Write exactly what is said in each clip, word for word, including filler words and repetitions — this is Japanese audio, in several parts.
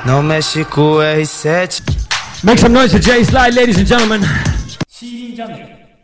No Mexico, he said. Make some noise for Jay Slide, ladies and gentlemen. シーリンチャンネル。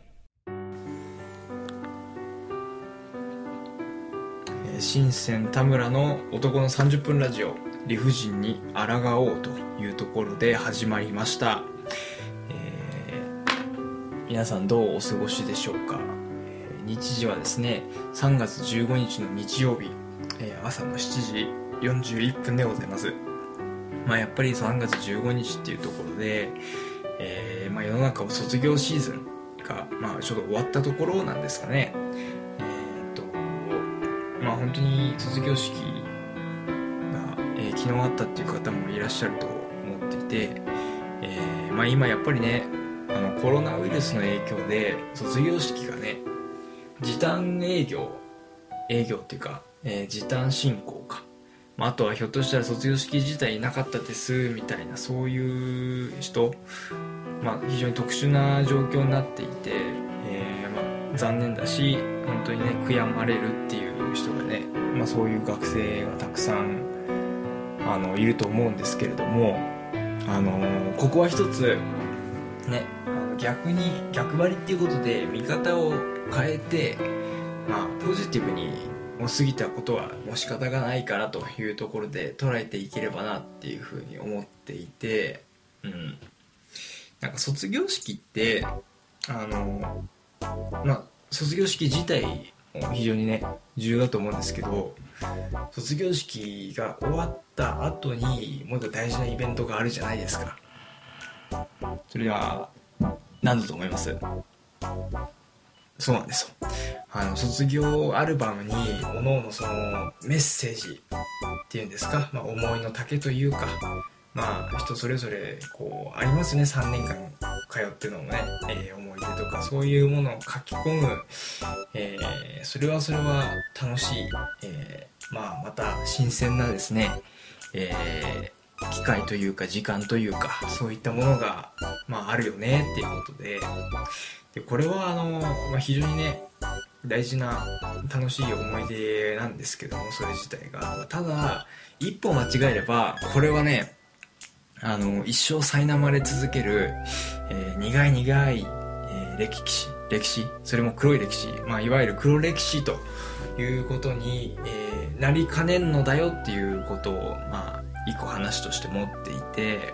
えー新鮮田村の男のさんじゅっぷんラジオ、理不尽に抗おうというところで始まりました。えー皆さんどうお過ごしでしょうか。えー日時はですね、さんがつじゅうごにちの日曜日、えー朝のしちじよんじゅういっぷんでございます。まあやっぱりさんがつじゅうごにちっていうところで、えーまあ、世の中を卒業シーズンが、まあ、ちょっと終わったところなんですかね。えー、っとまあ本当に卒業式が、えー昨日あったっていう方もいらっしゃると思っていて、えーまあ、今やっぱりね、あのコロナウイルスの影響で卒業式がね、時短営業営業っていうか、えー時短進行か、まあ、あとはひょっとしたら卒業式自体なかったですみたいな、そういう人、まあ、非常に特殊な状況になっていて、えーまあ、残念だし本当にね悔やまれるっていう人がね、まあ、そういう学生がたくさんあのいると思うんですけれども、あのーここは一つね、あの逆に逆張りっていうことで見方を変えて、まあ、ポジティブにもう過ぎたことはもう仕方がないからというところで捉えていければなっていうふうに思っていて、うん、なんか卒業式ってあのまあ卒業式自体も非常にね重要だと思うんですけど、卒業式が終わった後にもっと大事なイベントがあるじゃないですか。それは何だと思います？そうなんですよ。あの卒業アルバムにおのおのそのメッセージっていうんですか、まあ、思いの丈というか、まあ人それぞれこうありますね。さんねんかん通ってのもね、えー思い出とかそういうものを書き込む、えーそれはそれは楽しい、えーまあまた新鮮なですね、えー機会というか時間というか、そういったものが、まあ、あるよねっていうことで、でこれはあの、まあ、非常にね大事な楽しい思い出なんですけども、それ自体がただ一歩間違えればこれはね、あの一生苛まれ続ける、えー苦い苦い、えー歴史歴史それも黒い歴史、まあ、いわゆる黒歴史ということに、えーなりかねんのだよっていうことを、まあ一個話として持っていて、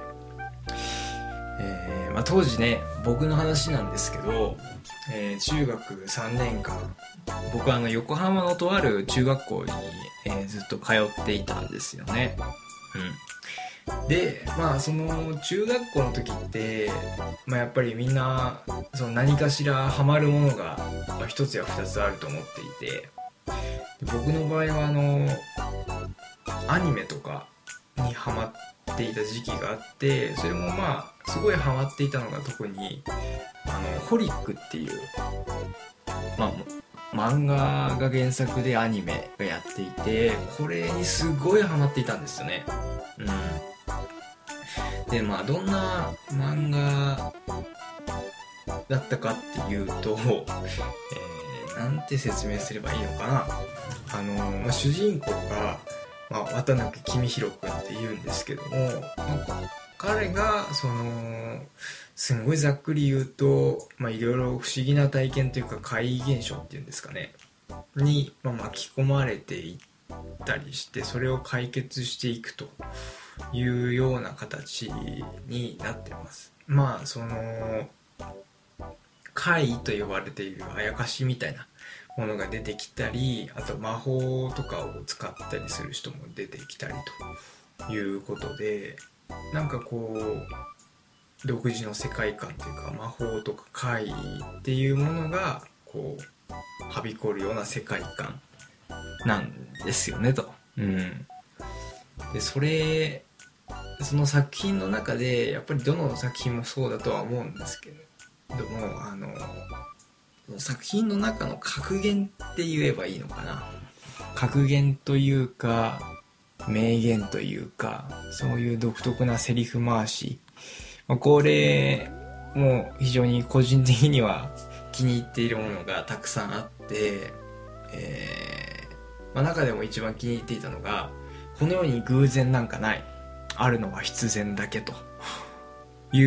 えーまあ、当時ね僕の話なんですけど、えー中学さんねんかん僕はあの横浜のとある中学校に、えーずっと通っていたんですよね。うん、でまあその中学校の時って、まあ、やっぱりみんなその何かしらハマるものが、まあ、一つや二つあると思っていて、で僕の場合はあのアニメとかにハマっていた時期があって、それもまあすごいハマっていたのが特にあのホリックっていう、まあ、漫画が原作でアニメがやっていて、これにすごいハマっていたんですよね。うん、でまあどんな漫画だったかっていうと、えー、なんて説明すればいいのかな。あの、まあ、主人公がまあ、渡辺公弘くんって言うんですけども、なんか彼がそのすんごいざっくり言うと、まあ、いろいろ不思議な体験というか怪異現象っていうんですかねに、まあ、巻き込まれていったりして、それを解決していくというような形になってます。まあその怪異と呼ばれているあやかしみたいなものが出てきたり、あと魔法とかを使ったりする人も出てきたりということで、なんかこう独自の世界観というか魔法とか怪異っていうものがこうはびこるような世界観なんですよねと。うん、でそれその作品の中でやっぱりどの作品もそうだとは思うんですけども、あの作品の中の格言って言えばいいのかな、格言というか名言というか、そういう独特なセリフ回し、まあ、これも非常に個人的には気に入っているものがたくさんあって、えーまあ、中でも一番気に入っていたのが、この世に偶然なんかない、 あるのは必然だけという、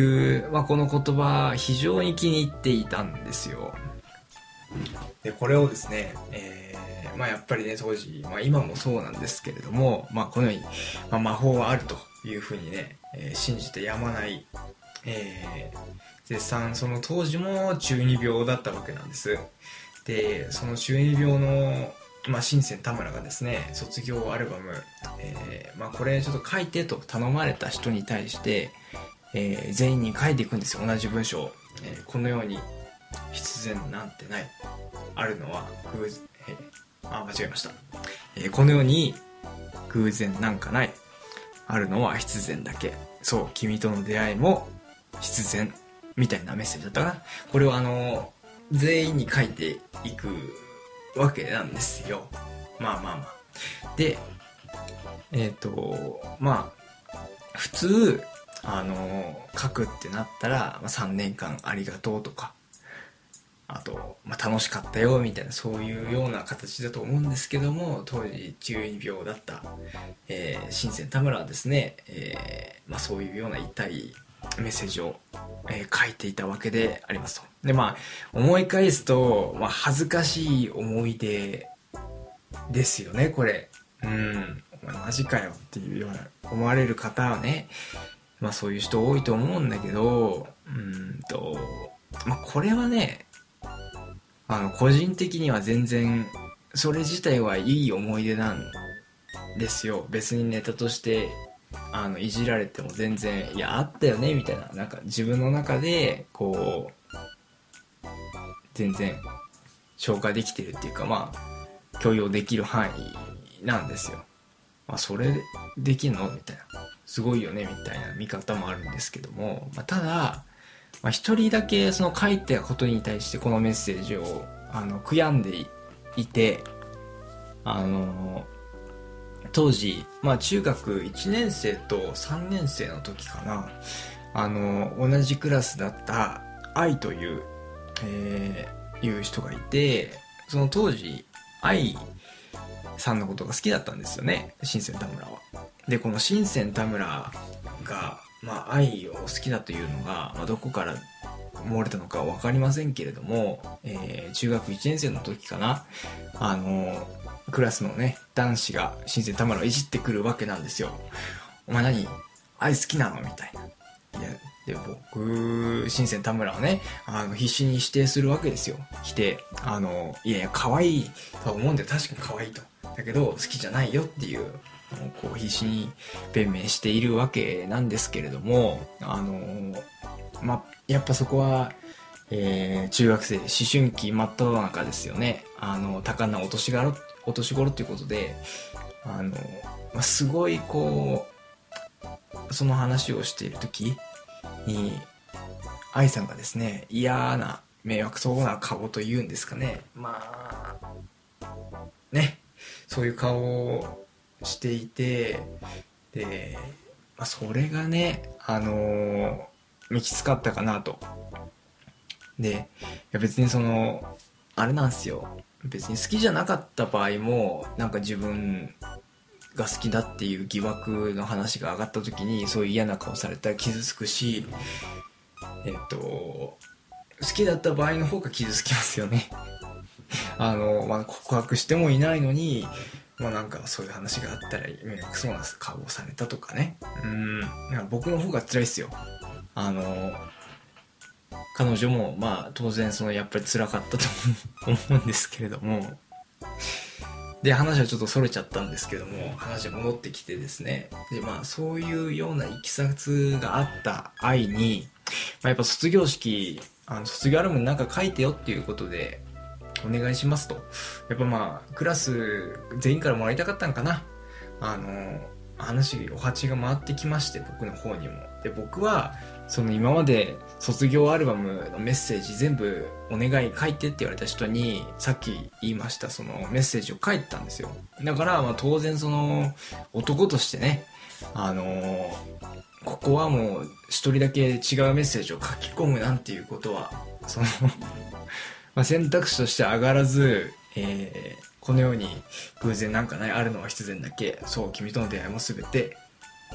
まあ、この言葉非常に気に入っていたんですよ。でこれをですね、えーまあ、やっぱりね当時、まあ、今もそうなんですけれども、まあ、このように、まあ、魔法はあるというふうにね、えー、信じてやまない、えー、絶賛その当時も中二病だったわけなんです。でその中二病のまあ、新鮮田村がですね卒業アルバム、えーまあ、これちょっと書いてと頼まれた人に対して、えー、全員に書いていくんですよ、同じ文章を、えー、このように必然なんてない、あるのは偶然、えー、あ間違えました、えー、このように偶然なんかない、あるのは必然だけ、そう君との出会いも必然みたいなメッセージだったかな。これをあの全員に書いていくわけなんですよ。まあまあまあ。で、えっと、まあ、普通、あの、書くってなったら、まあ、さんねんかんありがとうとか、あと、まあ、楽しかったよみたいな、そういうような形だと思うんですけども、当時中二病だった、えー、新鮮田村はですね、えーまあ、そういうような痛いメッセージを、えー、書いていたわけでありますと。でまあ思い返すと、まあ、恥ずかしい思い出ですよねこれ。うんお前マジかよっていうような思われる方はね、まあそういう人多いと思うんだけど、うんとまあこれはね、あの個人的には全然それ自体はいい思い出なんですよ。別にネタとしてあのいじられても全然いやあったよねみたいな、なんか自分の中でこう全然消化できてるっていうか、まあ許容できる範囲なんですよ。まあそれできんのみたいな、すごいよねみたいな見方もあるんですけども、まあ、ただ、まあ、一人だけその書いたことに対してこのメッセージをあの悔やんでいて、あの当時、まあ、中学いちねん生とさんねん生の時かな、あの同じクラスだった愛という、えー、いう人がいて、その当時愛さんのことが好きだったんですよね、新鮮田村は。でこの新鮮田村が、まあ、愛を好きだというのが、まあ、どこから漏れたのか分かりませんけれども、えー、中学いちねん生の時かな、あのクラスのね男子が新鮮田村をいじってくるわけなんですよ。お前何愛好きなのみたいな。いやで僕新鮮田村はねあの必死に否定するわけですよ。否定、あのいやいや可愛いとは思うんだよ、確かに可愛いと、だけど好きじゃないよっていうこう必死に弁明しているわけなんですけれども、あのまあやっぱそこは、えー、中学生思春期真っ只中ですよね。あの多感なお年頃お年頃っていうことで、あの、まあ、すごいこうその話をしている時に愛さんがですね、嫌な迷惑そうな顔というんですかね、まあねそういう顔をしていて、で、まあ、それがねあのー、きつかったかなと。でいや別にそのあれなんですよ、別に好きじゃなかった場合もなんか自分が好きだっていう疑惑の話が上がった時にそういう嫌な顔されたら傷つくし、えっと好きだった場合の方が傷つきますよねあの、まあ、告白してもいないのに、まあ、なんかそういう話があったら迷惑そうな顔をされたとかね、うん、なんか僕の方が辛いっすよ。あの彼女もまあ当然そのやっぱり辛かったと思うんですけれども、で話はちょっとそれちゃったんですけども、話戻ってきてですね、でまあそういうようないきさつがあった愛に、まあ、やっぱ卒業式あの卒業アルバムになんか書いてよっていうことでお願いしますと、やっぱまあクラス全員からもらいたかったんかな、あの話お鉢が回ってきまして、僕の方にも。で僕はその今まで卒業アルバムのメッセージ全部お願い書いてって言われた人にさっき言いましたそのメッセージを書いてたんですよ。だからまあ当然その男としてね、あのー、ここはもう一人だけ違うメッセージを書き込むなんていうことはそのまあ選択肢として上がらず、えー、このように偶然なんかない、あるのは必然だけ、そう君との出会いも全て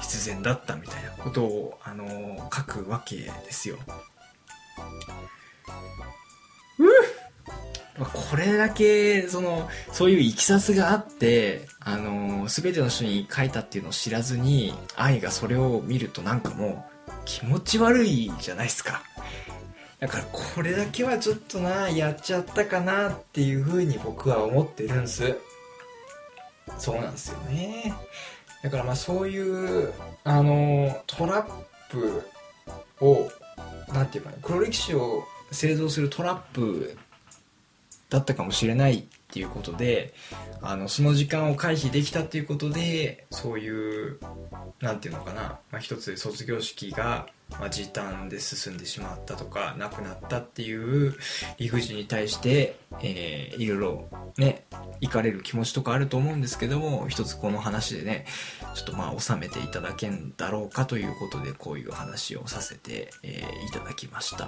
必然だったみたいなことを、あのー、書くわけですよ。うまあ、これだけそのそういういきさつがあって、あのー、全ての人に書いたっていうのを知らずに愛がそれを見るとなんかもう気持ち悪いじゃないですか。だからこれだけはちょっとなやっちゃったかなっていう風に僕は思ってるんです。そうなんですよね。だからまあそういうあのトラップをなんていうかね、黒歴史を製造するトラップだったかもしれないっていうことで、あのその時間を回避できたっていうことで、そういうなんていうのかな、まあ、一つ卒業式が、まあ、時短で進んでしまったとかなくなったっていう理不尽に対して、えー、いろいろね怒れる気持ちとかあると思うんですけども、一つこの話でねちょっとまあ収めていただけんだろうかということで、こういう話をさせて、えー、いただきました。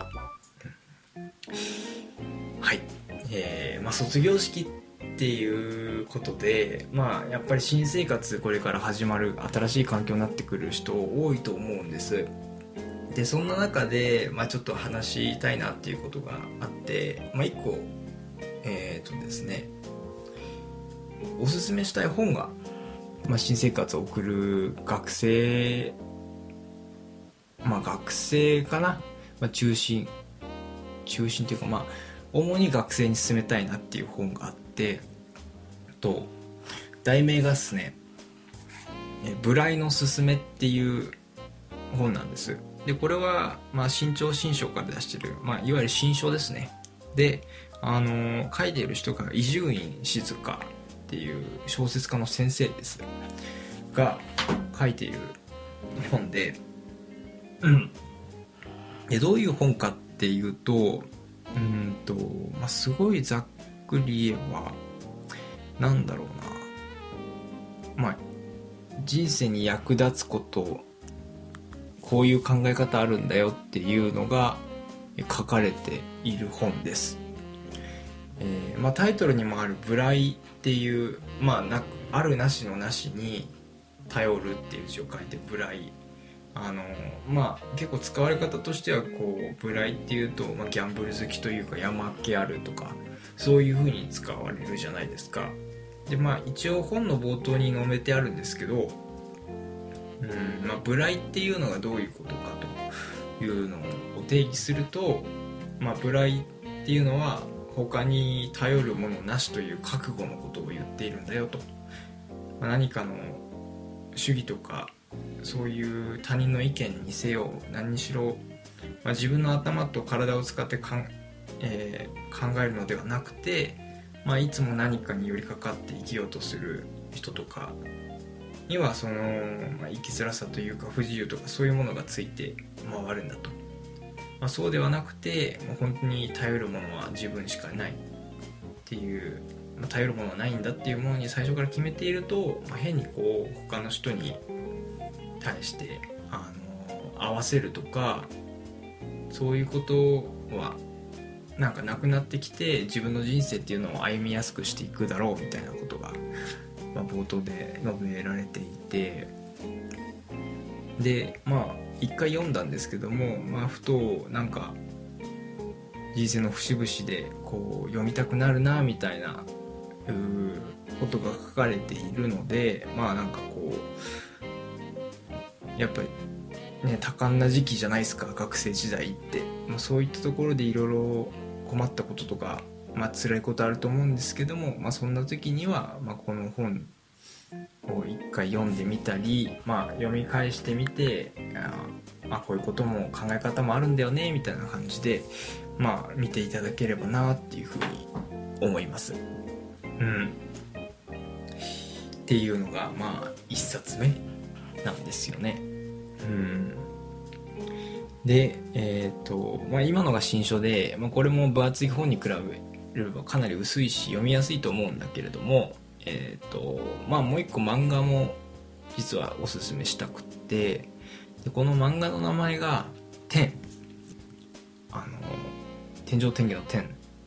はい、えーまあ、卒業式っていうことで、まあやっぱり新生活これから始まる、新しい環境になってくる人多いと思うんです。でそんな中で、まあ、ちょっと話したいなっていうことがあって、まあ、一個えっとですねおすすめしたい本が、まあ、新生活を送る学生まあ学生かな、まあ、中心中心というかまあ主に学生に勧めたいなっていう本があって、と題名がですね「ブライのすすめ」っていう本なんです。でこれは、まあ、新潮新書から出してる、まあ、いわゆる新書ですね。で、あのー、書いている人が伊集院静香っていう小説家の先生ですが書いている本で、うん、でどういう本かっていうと、うんと、まあ、すごいざっくり言えばなんだろうな、まあ人生に役立つことこういう考え方あるんだよっていうのが書かれている本です。えーまあ、タイトルにもあるブライっていう、まあ、なあるなしのなしに頼るっていう字を書いてブライ、あのまあ結構使われ方としてはこうブライっていうと、まあ、ギャンブル好きというか山っ気あるとかそういう風に使われるじゃないですか。でまあ一応本の冒頭に述べてあるんですけど、うんまあ、ブライっていうのがどういうことかというのを定義すると、まあ、ブライっていうのは他に頼るものなしという覚悟のことを言っているんだよと、まあ、何かの主義とかそういう他人の意見にせよ何にしろ、まあ、自分の頭と体を使ってかん、えー、考えるのではなくて、まあ、いつも何かに寄りかかって生きようとする人とかにはその、まあ、生きづらさというか不自由とかそういうものがついて回るんだと、まあ、そうではなくてもう本当に頼るものは自分しかないっていう、まあ、頼るものはないんだっていうものに最初から決めていると、まあ、変にこう他の人に対してあの合わせるとかそういうことはなんかなくなってきて自分の人生っていうのを歩みやすくしていくだろうみたいなことがまあ、冒頭で述べられていて、でまあ一回読んだんですけども、まあ、ふとなんか人生の節々でこう読みたくなるなみたいなことが書かれているので、まあなんかこうやっぱりね多感な時期じゃないですか学生時代って、まあ、そういったところでいろいろ困ったこととかまあ辛いことあると思うんですけども、まあ、そんな時には、まあ、この本を一回読んでみたり、まあ、読み返してみてあ、あこういうことも考え方もあるんだよねみたいな感じで、まあ、見ていただければなっていうふうに思います。うん、っていうのがまあ一冊目なんですよね。うん、で、えーとまあ、今のが新書で、まあ、これも分厚い本に比べればかなり薄いし読みやすいと思うんだけれども、えーとまあ、もう一個漫画も実はおすすめしたくって、でこの漫画の名前が天、あの天上天下の天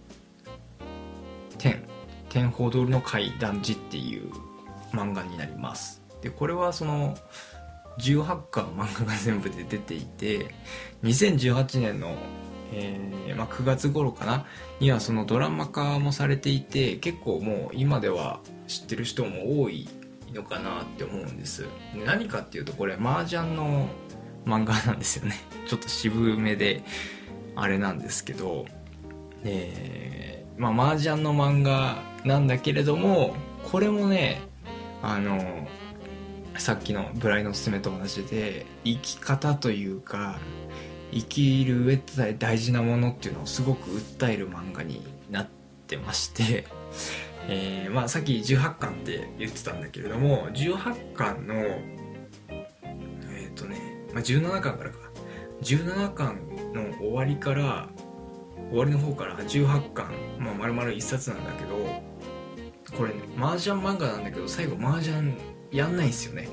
天天宝通りの怪談時っていう漫画になります。でこれはそのじゅうはちかん漫画が全部で出ていて、にせんじゅうはちねんの、えーまあ、くがつ頃かなにはそのドラマ化もされていて、結構もう今では知ってる人も多いのかなって思うんです。で何かっていうと、これ麻雀の漫画なんですよね。ちょっと渋めであれなんですけど、えー、まあ麻雀の漫画なんだけれども、これもね、あのさっきのブライのおすすめと同じで、生き方というか生きる上で大事なものっていうのをすごく訴える漫画になってまして、えー、まあさっきじゅうはちかんって言ってたんだけれども、じゅうはちかんのえっとね、まあ、じゅうななかんからかじゅうななかんの終わりから終わりの方からじゅうはちかん、まあ、丸々一冊なんだけど、これ麻雀漫画なんだけど最後麻雀やんないんですよね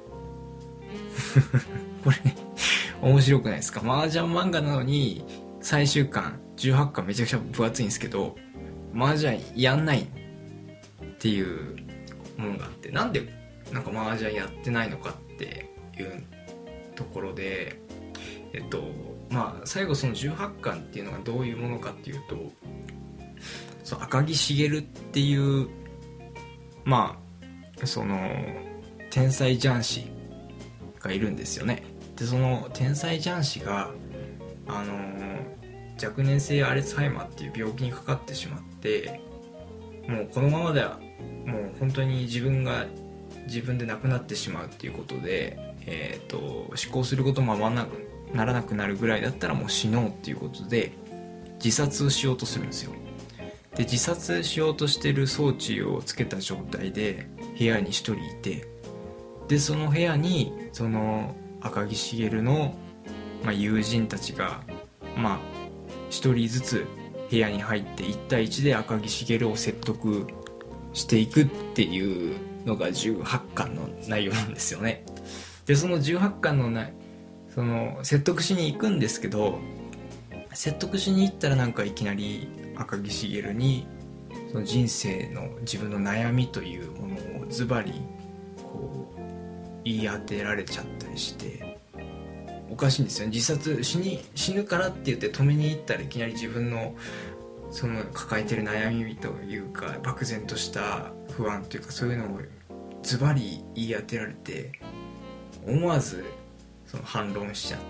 これ面白くないですか？麻雀漫画なのに最終巻じゅうはちかんめちゃくちゃ分厚いんですけど、麻雀やんないっていうものがあって、なんでなんか麻雀やってないのかっていうところで、えっとまあ最後そのじゅうはちかんっていうのがどういうものかっていうと、その赤木茂っていうまあその天才雀士がいるんですよね。でその天才雀士があの若年性アルツハイマーっていう病気にかかってしまって、もうこのままではもう本当に自分が自分で亡くなってしまうっていうことで、えーと、思考することもままなくならなくなるぐらいだったらもう死のうっていうことで自殺をしようとするんですよ。で自殺しようとしてる装置をつけた状態で部屋に一人いて、でその部屋にその赤木茂の、まあ、友人たちがまあ一人ずつ部屋に入っていちたいいちで赤木茂を説得していくっていうのがじゅうはちかんの内容なんですよね。でそのじゅうはちかんの内その説得しに行くんですけど、説得しに行ったらなんかいきなり赤木茂にその人生の自分の悩みというものをズバリこう言い当てられちゃったりしておかしいんですよね。自殺死に死ぬからって言って止めに行ったらいきなり自分のその抱えてる悩みというか漠然とした不安というかそういうのをズバリ言い当てられて、思わずその反論しちゃって、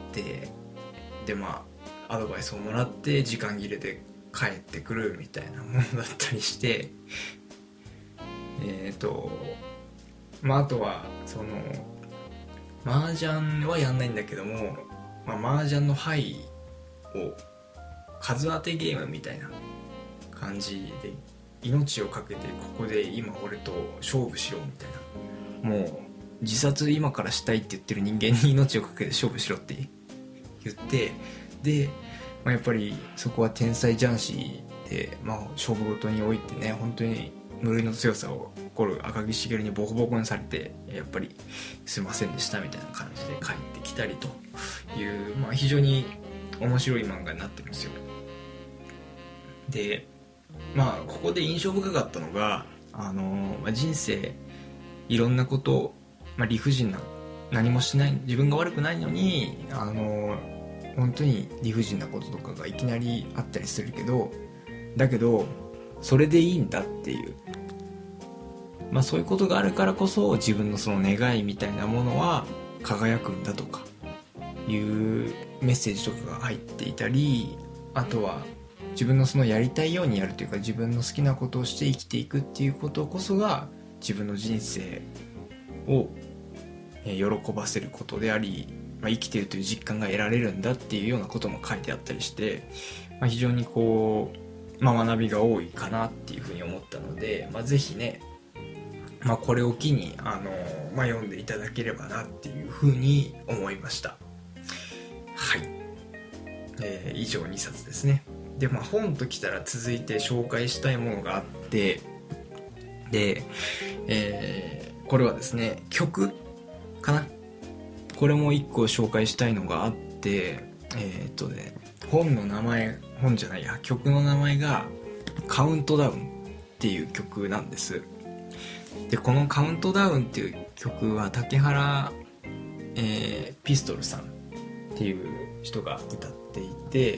でまあアドバイスをもらって時間切れで帰ってくるみたいなものだったりして、えっとまああとはその麻雀はやんないんだけども、まあ、麻雀の牌を数当てゲームみたいな感じで命をかけてここで今俺と勝負しろみたいな、もう自殺今からしたいって言ってる人間に命をかけて勝負しろって言って、で、まあ、やっぱりそこは天才雀士で、まあ、勝負ごとにおいてね本当に無類の強さを誇る赤木茂にボコボコにされて、やっぱりすいませんでしたみたいな感じで帰ってきたりという、まあ、非常に面白い漫画になってるんですよ。でまあここで印象深かったのが、あのまあ、人生いろんなこと、まあ、理不尽な何もしない自分が悪くないのにあの本当に理不尽なこととかがいきなりあったりするけど、だけどそれでいいんだっていう、まあそういうことがあるからこそ自分のその願いみたいなものは輝くんだとかいうメッセージとかが入っていたり、あとは自分のそのやりたいようにやるというか自分の好きなことをして生きていくっていうことこそが自分の人生を喜ばせることであり、まあ、生きているという実感が得られるんだっていうようなことも書いてあったりして、まあ、非常にこう、まあ、学びが多いかなっていうふうに思ったので、まあ、ぜひね、まあ、これを機にあの、まあ、読んでいただければなっていうふうに思いました。はい、えー、以上にさつですね。で、まあ、本ときたら続いて紹介したいものがあって、で、えー、これはですね曲かな、これも一個紹介したいのがあって、えー、っとね本の名前本じゃないや曲の名前がカウントダウンっていう曲なんです。でこのカウントダウンっていう曲は竹原えー、ピストルさんっていう人が歌っていて、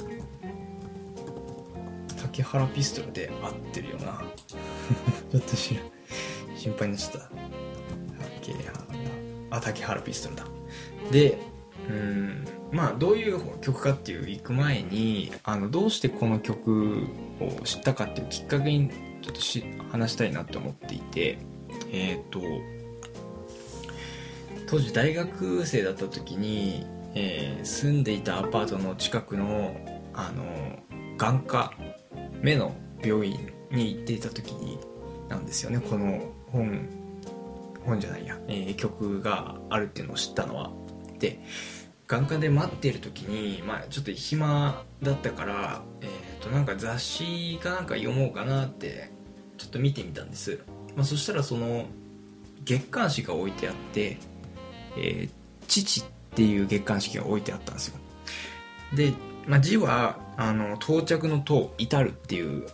竹原ピストルで合ってるよなちょっと心配になっちゃった。竹原あ竹原ピストルだ。でうーんまあどういう曲かっていう行く前に、あのどうしてこの曲を知ったかっていうきっかけにちょっとし話したいなって思っていて、えっと当時大学生だった時に、えー、住んでいたアパートの近くのあの眼科目の病院に行っていた時になんですよね、この本本じゃないや、えー、曲があるっていうのを知ったのは。で眼科で待っている時に、まあ、ちょっと暇だったから、えー、となんか雑誌かなんか読もうかなってちょっと見てみたんです。まあ、そしたらその月刊誌が置いてあって、えー、父っていう月刊誌が置いてあったんですよ。で、まあ、字はあの到着の到至るっていう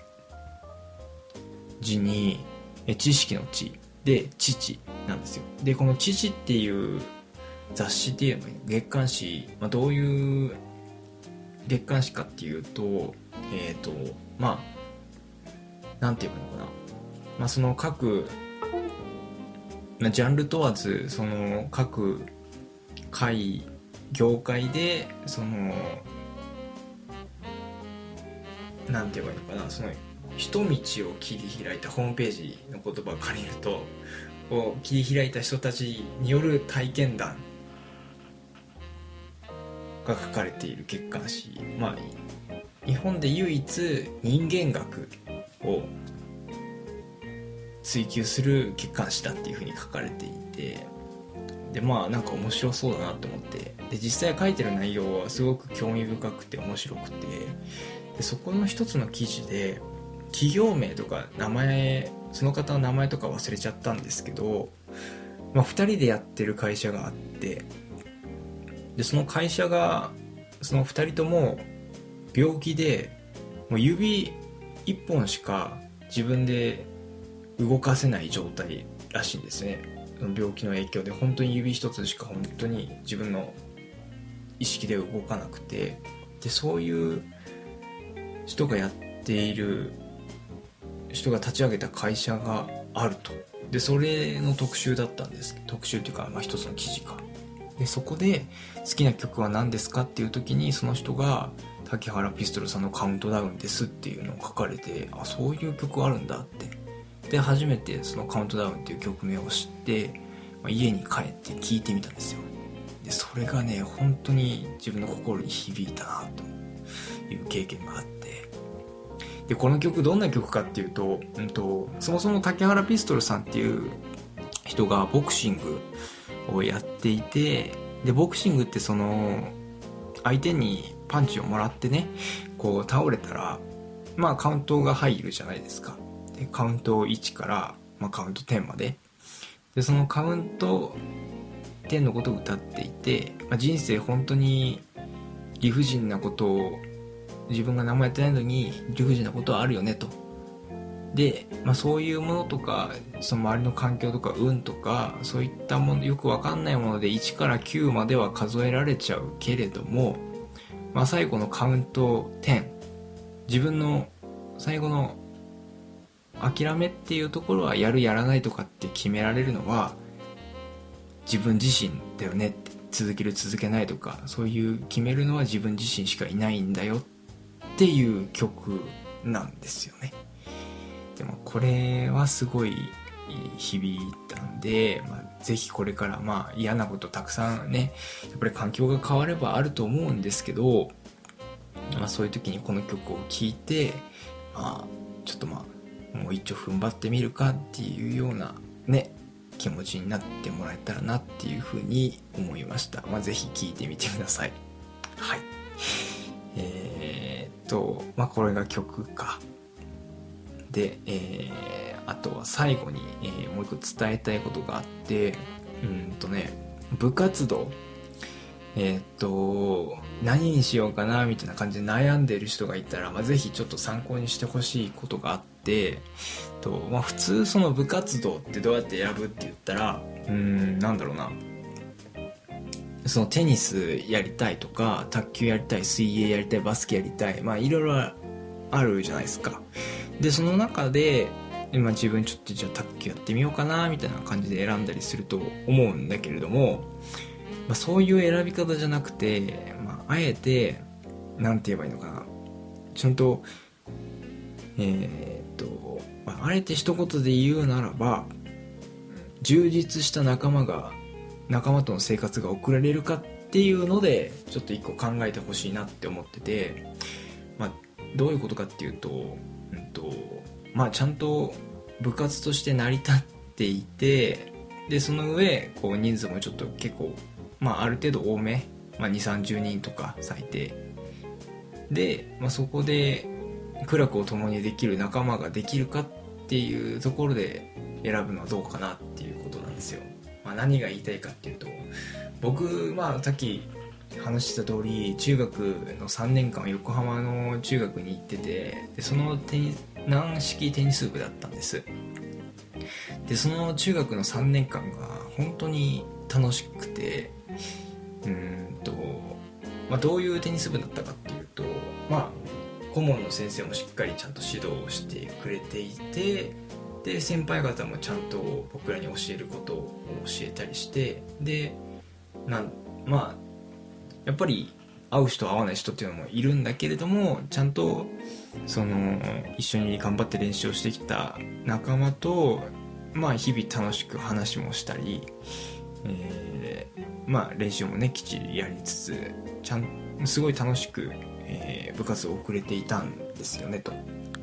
字にえ知識の知で父なんですよ。でこの父っていう雑誌っていうの月刊誌、まあ、どういう月刊誌かっていうと、えっとまあなんていうのかな、まあ、その各、まあ、ジャンル問わずその各界業界でそのなんて言えばいいのかな、その一道を切り開いたホームページの言葉を借りると、を切り開いた人たちによる体験談が書かれている月刊誌、まあ日本で唯一人間学を追求する月刊誌だっていう風に書かれていて、でまあなんか面白そうだなと思って、で実際書いてる内容はすごく興味深くて面白くて、でそこの一つの記事で企業名とか名前、その方の名前とか忘れちゃったんですけど、まあ、ふたりでやってる会社があって、でその会社がそのふたりとも病気でもう指いっぽんしか自分で動かせない状態らしいんですね。その病気の影響で本当に指一つしか本当に自分の意識で動かなくて、でそういう人がやっている人が立ち上げた会社があると。でそれの特集だったんです。特集っていうか、まあ、一つの記事かで、そこで好きな曲は何ですかっていう時にその人が竹原ピストルさんのカウントダウンですっていうのを書かれて、あそういう曲あるんだって。で初めてそのカウントダウンっていう曲名を知って、まあ、家に帰って聴いてみたんですよ。でそれがね本当に自分の心に響いたなという経験があって、でこの曲どんな曲かっていうと、うんとそもそも竹原ピストルさんっていう人がボクシングをやっていて、でボクシングってその相手にパンチをもらってねこう倒れたらまあカウントが入るじゃないですか。でカウントいちから、まあ、カウントじゅうまででそのカウントじゅうのことを歌っていて、まあ、人生本当に理不尽なことを自分が何もやってないのに理不尽なことはあるよねと。で、まあ、そういうものとかその周りの環境とか運とかそういったものよく分かんないものでいちからきゅうまでは数えられちゃうけれども、まあ、最後のカウントじゅう、自分の最後の諦めっていうところはやるやらないとかって決められるのは自分自身だよねって、続ける続けないとかそういう決めるのは自分自身しかいないんだよっていう曲なんですよね。でもこれはすごい響いたんで、まあ、ぜひこれからまあ嫌なことたくさんねやっぱり環境が変わればあると思うんですけど、まあ、そういう時にこの曲を聴いて、まあ、ちょっとまあもう一丁踏ん張ってみるかっていうようなね気持ちになってもらえたらなっていうふうに思いました。まあ、ぜひ聴いてみてください。はい。えー、っとまあこれが曲か。で、えー、あとは最後に、えー、もう一個伝えたいことがあって、うんとね部活動えー、っと何にしようかなみたいな感じで悩んでいる人がいたら、まあ、ぜひちょっと参考にしてほしいことがあって、と、まあ、普通その部活動ってどうやって選ぶって言ったらうーんなんだろうなそのテニスやりたいとか、卓球やりたい、水泳やりたい、バスケやりたい、まあいろいろあるじゃないですか。でその中で今自分ちょっとじゃあ卓球やってみようかなみたいな感じで選んだりすると思うんだけれども、まあ、そういう選び方じゃなくて、まあ、あえてなんて言えばいいのかな、ちゃんとえー、っと、まあ、あえて一言で言うならば、充実した仲間が仲間との生活が送られるかっていうのでちょっと一個考えてほしいなって思ってて、まあ、どういうことかっていうと、うんとまあ、ちゃんと部活として成り立っていて、でその上こう人数もちょっと結構、まあ、ある程度多め、まあ、にじゅう、さんじゅうにんとか最低で、まあ、そこで苦楽を共にできる仲間ができるかっていうところで選ぶのはどうかなっていうことなんですよ。まあ、何が言いたいかっていうと、僕、まあ、さっき話してた通り中学のさんねんかんは横浜の中学に行ってて、でそのテニ軟式テニス部だったんです。でその中学のさんねんかんが本当に楽しくて、うーんと、まあ、どういうテニス部だったかっていうと、まあ顧問の先生もしっかりちゃんと指導してくれていて、で先輩方もちゃんと僕らに教えることを教えたりして、でなんまあやっぱり会う人会わない人っていうのもいるんだけれども、ちゃんとその一緒に頑張って練習をしてきた仲間と、まあ、日々楽しく話もしたり、えーまあ、練習もねきっちりやりつつちゃんすごい楽しく、えー、部活を送れていたんですよねと。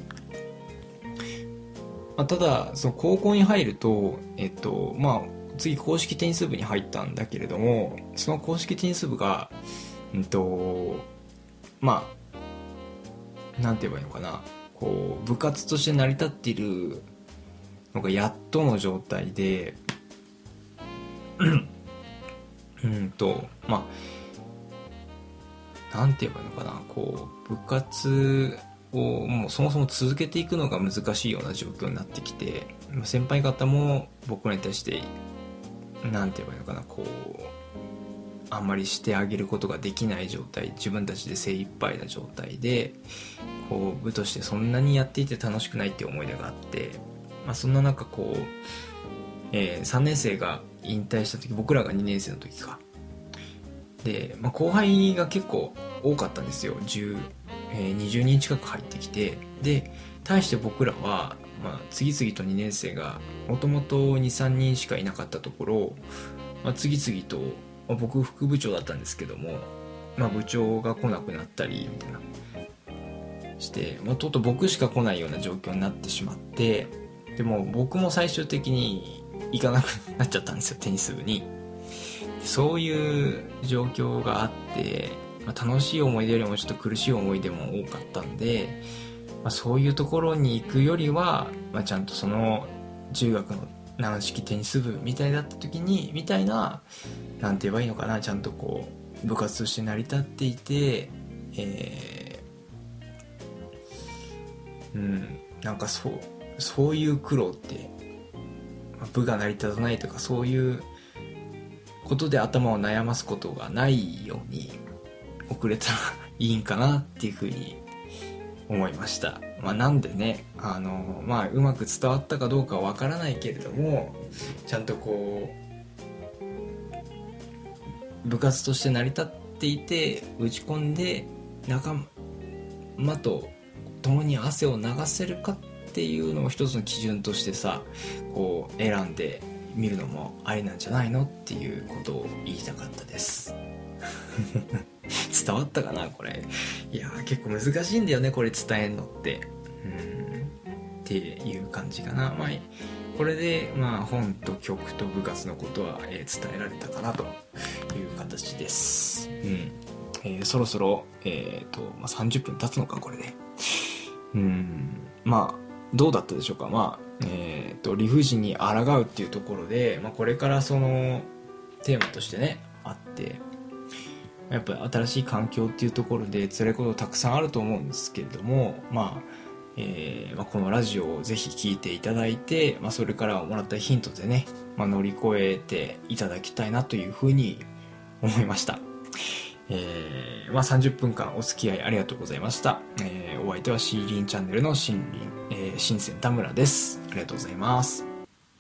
まあ、ただその高校に入ると、えっとまあ、次公式テニス部に入ったんだけれども、その公式テニス部が、うんとまあなんて言えばいいのかな、こう部活として成り立っているのがやっとの状態でうんとまあなんて言えばいいのかな、こう部活をもうそもそも続けていくのが難しいような状況になってきて、先輩方も僕らに対してなんて言えばいいのかな、こうあんまりしてあげることができない状態、自分たちで精一杯な状態でこう部としてそんなにやっていて楽しくないっていう思い出があって、まあ、そんな中こう、えー、さんねん生が引退した時、僕らがにねん生の時かで、まあ、後輩が結構多かったんですよ。じゅう、えー、にじゅうにん近く入ってきて、で対して僕らは、まあ、次々とにねん生がもともとにさんにんしかいなかったところ、まあ、次々と、まあ、僕副部長だったんですけども、まあ、部長が来なくなったりみたいなして、まあ、とうとう僕しか来ないような状況になってしまって、でも僕も最終的に行かなくなっちゃったんですよ、テニス部に。そういう状況があって、まあ、楽しい思い出よりもちょっと苦しい思い出も多かったんで、まあ、そういうところに行くよりは、まあ、ちゃんとその中学の軟式テニス部みたいだった時にみたいな、なんて言えばいいのかな、ちゃんとこう部活として成り立っていて、えー、うんなんかそうそういう苦労って、まあ、部が成り立たないとかそういうことで頭を悩ますことがないように送れたらいいんかなっていうふうに思いました。まあ、なんでね、あのまあうまく伝わったかどうかはわからないけれども、ちゃんとこう部活として成り立っていて打ち込んで仲間と共に汗を流せるかっていうのを一つの基準としてさ、こう選んで見るのもありなんじゃないのっていうことを言いたかったです伝わったかなこれ。いや結構難しいんだよねこれ伝えんのって、うんっていう感じかな。まあこれでまあ本と曲と部活のことは、えー、伝えられたかなという形です。うん、えー、そろそろえっ、ー、と、まあ、さんじゅっぷん経つのかこれで。うんまあどうだったでしょうか。まあえー、と理不尽に抗うっていうところで、まあ、これからそのテーマとしてねあって、やっぱり新しい環境っていうところで辛いことたくさんあると思うんですけれども、まあえーまあ、このラジオをぜひ聞いていただいて、まあ、それからもらったヒントでね、まあ、乗り越えていただきたいなというふうに思いました。えー、まあさんじゅっぷんかんお付き合いありがとうございました。えー、お相手はシーリンチャンネルのシンリン、えー、シンセン田村です。ありがとうございます。